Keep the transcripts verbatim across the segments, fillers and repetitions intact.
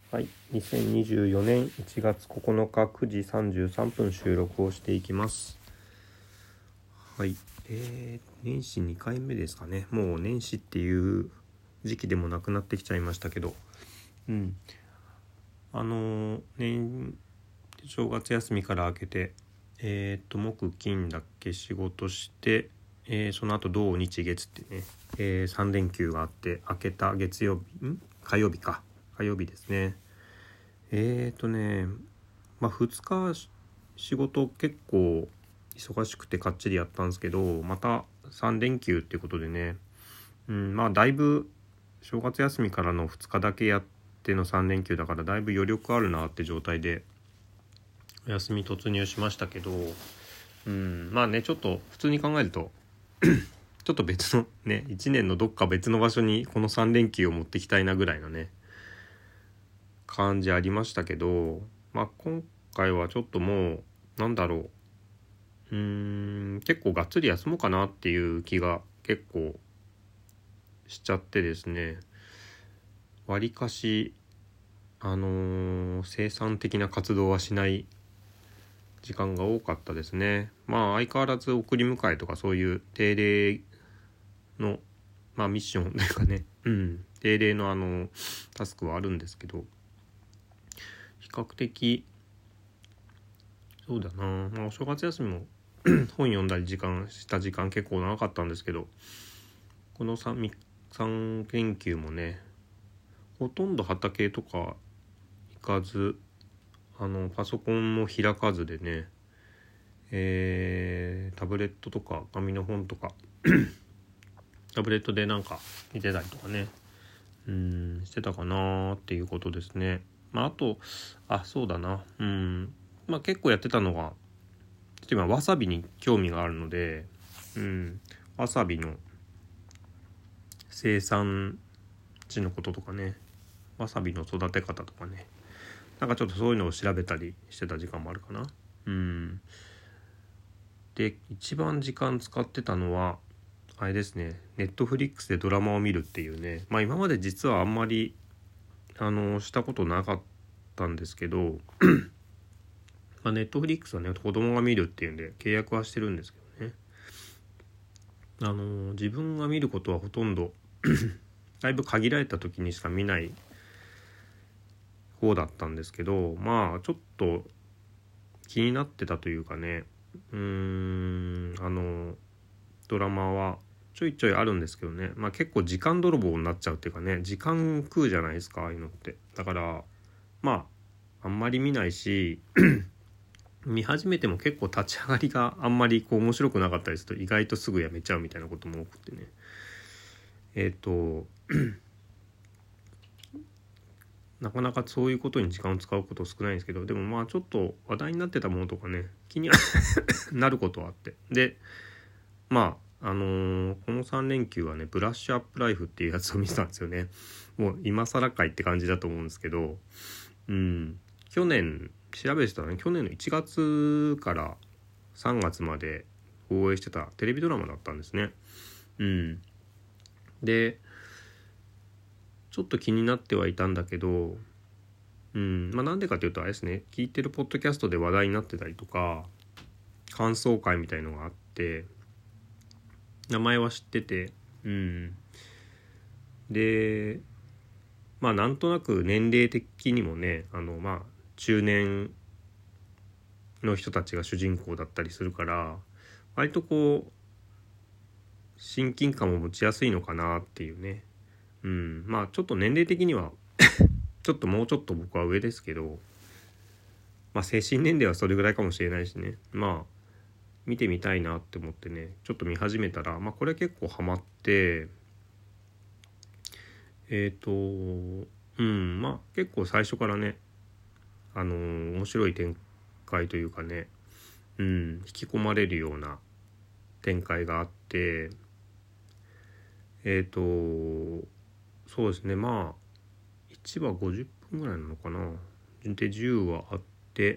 はい、にせんにじゅうよねんいちがつここのかくじさんじゅうさんぷん収録をしていきます。はい、えー、年始にかいめですかね。もう年始っていう時期でもなくなってきちゃいましたけど、うん、あのー、年正月休みから明けて、えーと木金だっけ仕事して、えー、その後土日月ってね、えー、さん連休があって、明けた月曜日ん火曜日か火曜日ですね。えーとねまあふつか仕事結構忙しくてかっちりやったんですけど、またさん連休っていうことでね、うん、まあだいぶ正月休みからのふつかだけやってのさん連休だからだいぶ余力あるなって状態で休み突入しましたけど、うん、まあねちょっと普通に考えるとちょっと別のねいちねんのどっか別の場所にこのさん連休を持ってきたいなぐらいのね感じありましたけど、まあ今回はちょっともうなんだろううーん結構がっつり休もうかなっていう気が結構しちゃってですね、わりかしあのー、生産的な活動はしない時間が多かったですね。まあ相変わらず送り迎えとかそういう定例のまあミッションというかね、うん、定例のあのタスクはあるんですけど、比較的そうだな、まあお正月休みも本読んだり時間した時間結構長かったんですけど、この 3, 3連休もねほとんど畑とか行かず、あのパソコンも開かずでね、えー、タブレットとか紙の本とかタブレットでなんか見てたりとかね、うーんしてたかなっていうことですね。まああとあそうだな、うんまあ結構やってたのが今わさびに興味があるので、うんわさびの生産地のこととかね、わさびの育て方とかね、なんかちょっとそういうのを調べたりしてた時間もあるかな。うんで一番時間使ってたのはあれですね、ネットフリックスでドラマを見るっていうね、まあ今まで実はあんまりあのしたことなかったんですけどまあネットフリックスはね子供が見るっていうんで契約はしてるんですけどね、あの自分が見ることはほとんどだいぶ限られた時にしか見ない方だったんですけど、まあちょっと気になってたというかね、うーんあのドラマはちょいちょいあるんですけどね、まあ結構時間泥棒になっちゃうっていうかね、時間食うじゃないですかああいうのって。だからまああんまり見ないし見始めても結構立ち上がりがあんまりこう面白くなかったりすると意外とすぐやめちゃうみたいなことも多くてね、えっとなかなかそういうことに時間を使うこと少ないんですけど、でもまあちょっと話題になってたものとかね気になることはあって、でまああのー、このさん連休はねブラッシュアップライフっていうやつを見てたんですよね。もう今更かいって感じだと思うんですけど、うん去年調べてたらね、去年のいちがつからさんがつまで放映してたテレビドラマだったんですね。うんでちょっと気になってはいたんだけど、うんまあなんでかというとあれですね、聞いてるポッドキャストで話題になってたりとか感想会みたいのがあって名前は知ってて、うんでまあなんとなく年齢的にもね、あのまあ中年の人たちが主人公だったりするから割とこう親近感を持ちやすいのかなっていうね、うんまあちょっと年齢的にはちょっともうちょっと僕は上ですけど、まあ精神年齢はそれぐらいかもしれないしね、まあ見てみたいなって思ってねちょっと見始めたら、まあこれ結構ハマって、えっとうんまあ結構最初からねあのー、面白い展開というかね、うん引き込まれるような展開があって、えっとそうですね、まあいちわごじゅっぷんぐらいなのかな、でじゅうわあって、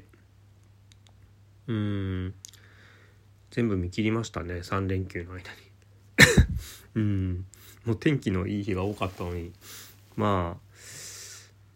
うーん全部見切りましたねさん連休の間にうんもう天気のいい日が多かったのに、まあ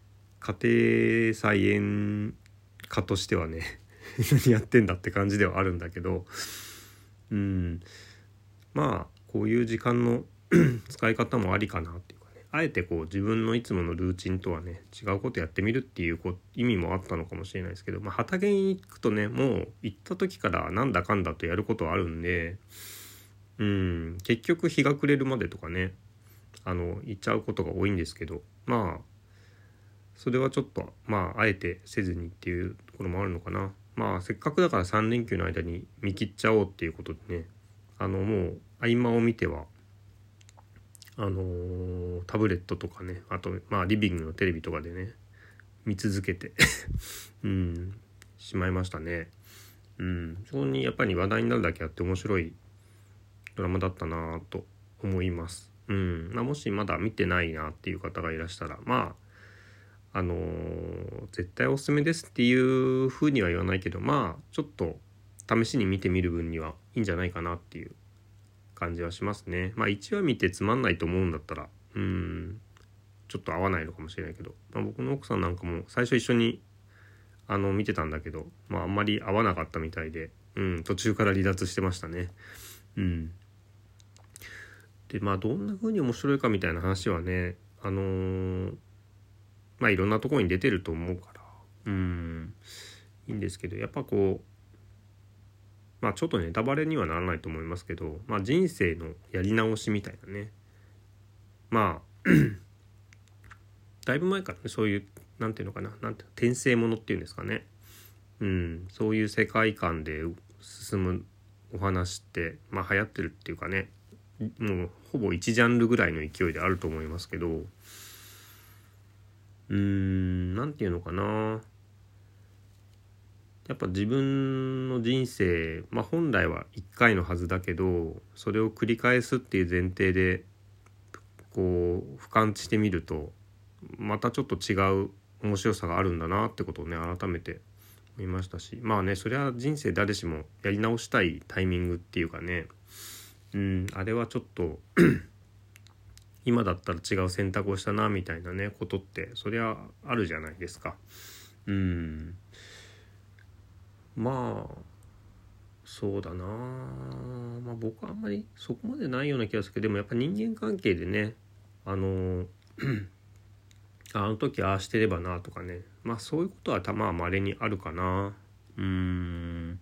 家庭菜園家としてはね何やってんだって感じではあるんだけど、うんまあこういう時間の使い方もありかなっていうかね、あえてこう自分のいつものルーチンとはね違うことやってみるっていうこう意味もあったのかもしれないですけど、まあ、畑に行くとねもう行った時からなんだかんだとやることはあるんで、うん結局日が暮れるまでとかねあの行っちゃうことが多いんですけど、まあそれはちょっとまああえてせずにっていうところもあるのかな。まあせっかくだからさん連休の間に見切っちゃおうっていうことでね、あのもう合間を見てはあのー、タブレットとかね、あとまあリビングのテレビとかでね見続けてうんしまいましたね。うん非常にやっぱり話題になるだけあって面白いドラマだったなと思います。うんまあ、もしまだ見てないなっていう方がいらしたらまああのー、絶対おすすめですっていう風には言わないけど、まあちょっと試しに見てみる分にはいいんじゃないかなっていう感じはしますね。まあいちわ見てつまんないと思うんだったらうんちょっと合わないのかもしれないけど、まあ、僕の奥さんなんかも最初一緒にあの見てたんだけど、まああんまり合わなかったみたいで、うん途中から離脱してましたね。うんでまあどんな風に面白いかみたいな話はねあのー、まあいろんなところに出てると思うからうんいいんですけど、やっぱこうまあちょっとネタバレにはならないと思いますけど、まあ人生のやり直しみたいなね、まあだいぶ前からねそういうなんていうのかな、なんて転生ものっていうんですかね、うんそういう世界観で進むお話ってまあ流行ってるっていうかね、もうほぼ一ジャンルぐらいの勢いであると思いますけど、うーんなんていうのかな、やっぱ自分の人生、まあ本来はいっかいのはずだけどそれを繰り返すっていう前提でこう俯瞰してみるとまたちょっと違う面白さがあるんだなってことをね改めて思いましたし、まあねそれは人生誰しもやり直したいタイミングっていうかね、うんあれはちょっと今だったら違う選択をしたなみたいなねことってそりゃあるじゃないですか。うんまあそうだな、まあ僕はあんまりそこまでないような気がするけど、でもやっぱ人間関係でねあのあの時ああしてればなとかね、まあそういうことはたまあ稀にあるかな。うーん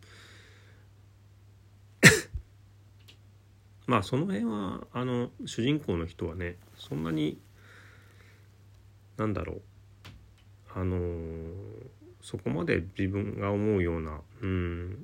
まあその辺はあの主人公の人はねそんなになんだろうあのー、そこまで自分が思うようなうん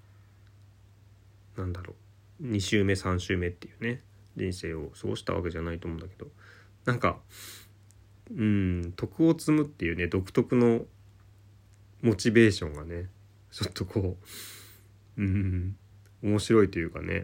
なんだろうに周目さん周目っていうね人生を過ごしたわけじゃないと思うんだけど、なんかうん徳を積むっていうね独特のモチベーションがねちょっとこううん面白いというかね、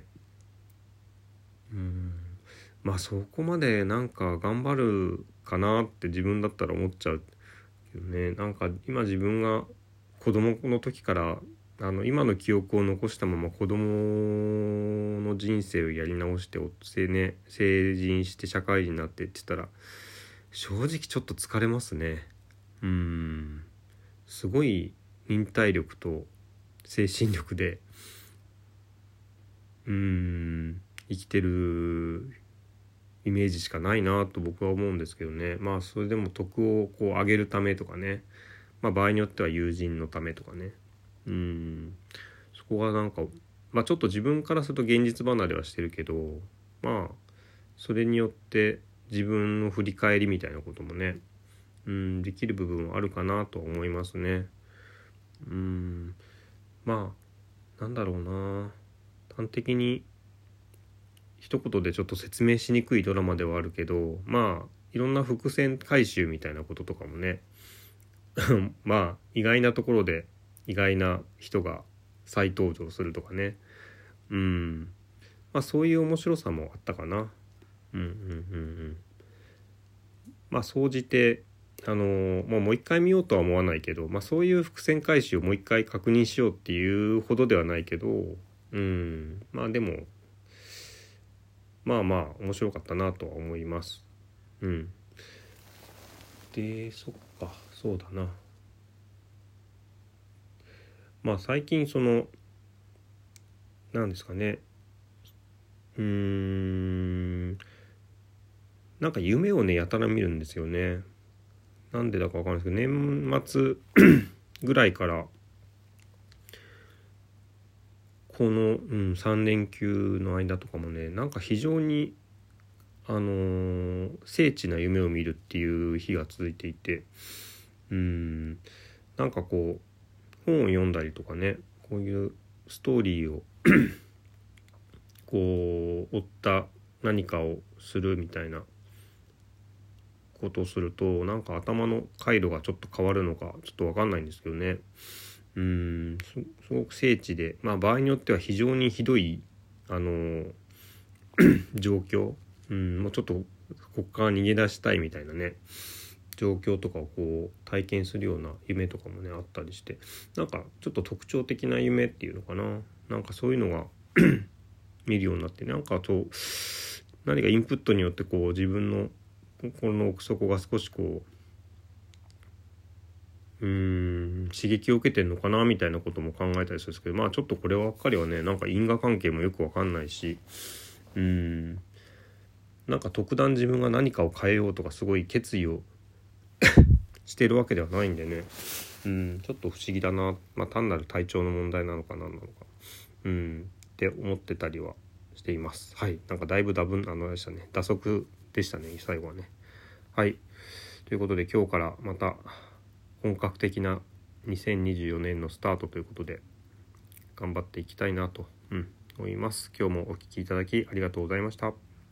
うんまあそこまでなんか頑張るかなって自分だったら思っちゃうけどね、なんか今自分が子供の時からあの今の記憶を残したまま子供の人生をやり直しておってね成人して社会人になってって言ったら正直ちょっと疲れますね。うんすごい忍耐力と精神力でうん生きてるイメージしかないなと僕は思うんですけどね。まあそれでも徳をこう上げるためとかね、まあ場合によっては友人のためとかね、うんそこがなんかまあちょっと自分からすると現実離れはしてるけど、まあそれによって自分の振り返りみたいなこともねうんできる部分はあるかなと思いますね。うんまあなんだろうな、端的に一言でちょっと説明しにくいドラマではあるけど、まあいろんな伏線回収みたいなこととかもねまあ意外なところで意外な人が再登場するとかね、うんまあそういう面白さもあったかな。うんうんうんうんまあ総じてあのー、もうもう一回見ようとは思わないけど、まあそういう伏線回収をもう一回確認しようっていうほどではないけど、うんまあでもまあまあ面白かったなとは思います。うんでそっかそうだな。まあ最近そのなんですかねうーんなんか夢をねやたら見るんですよね。なんでだかわかんないですけど年末ぐらいからこの、うん、さん連休の間とかもねなんか非常にあのー、精緻な夢を見るっていう日が続いていてうーんなんかこう本を読んだりとかねこういうストーリーをこう追った何かをするみたいなことをするとなんか頭の回路がちょっと変わるのかちょっと分かんないんですけどねうーん す, すごく精緻でまあ場合によっては非常にひどいあの状況うんもうちょっとここから逃げ出したいみたいなね状況とかをこう体験するような夢とかもねあったりしてなんかちょっと特徴的な夢っていうのかななんかそういうのが見るようになってなんかと何かインプットによってこう自分の心の奥底が少しこううーん刺激を受けてんのかなみたいなことも考えたりするんですけどまあちょっとこればっかりはねなんか因果関係もよくわかんないしうーんなんか特段自分が何かを変えようとかすごい決意をしてるわけではないんでねうんちょっと不思議だな、まあ、単なる体調の問題なのか何なのかうんって思ってたりはしています。はいなんかだいぶダブあのでしたね打足でしたね最後はね。はいということで今日からまた本格的なにせんにじゅうよねんのスタートということで頑張っていきたいなと、うん、思います。今日もお聞きいただきありがとうございました。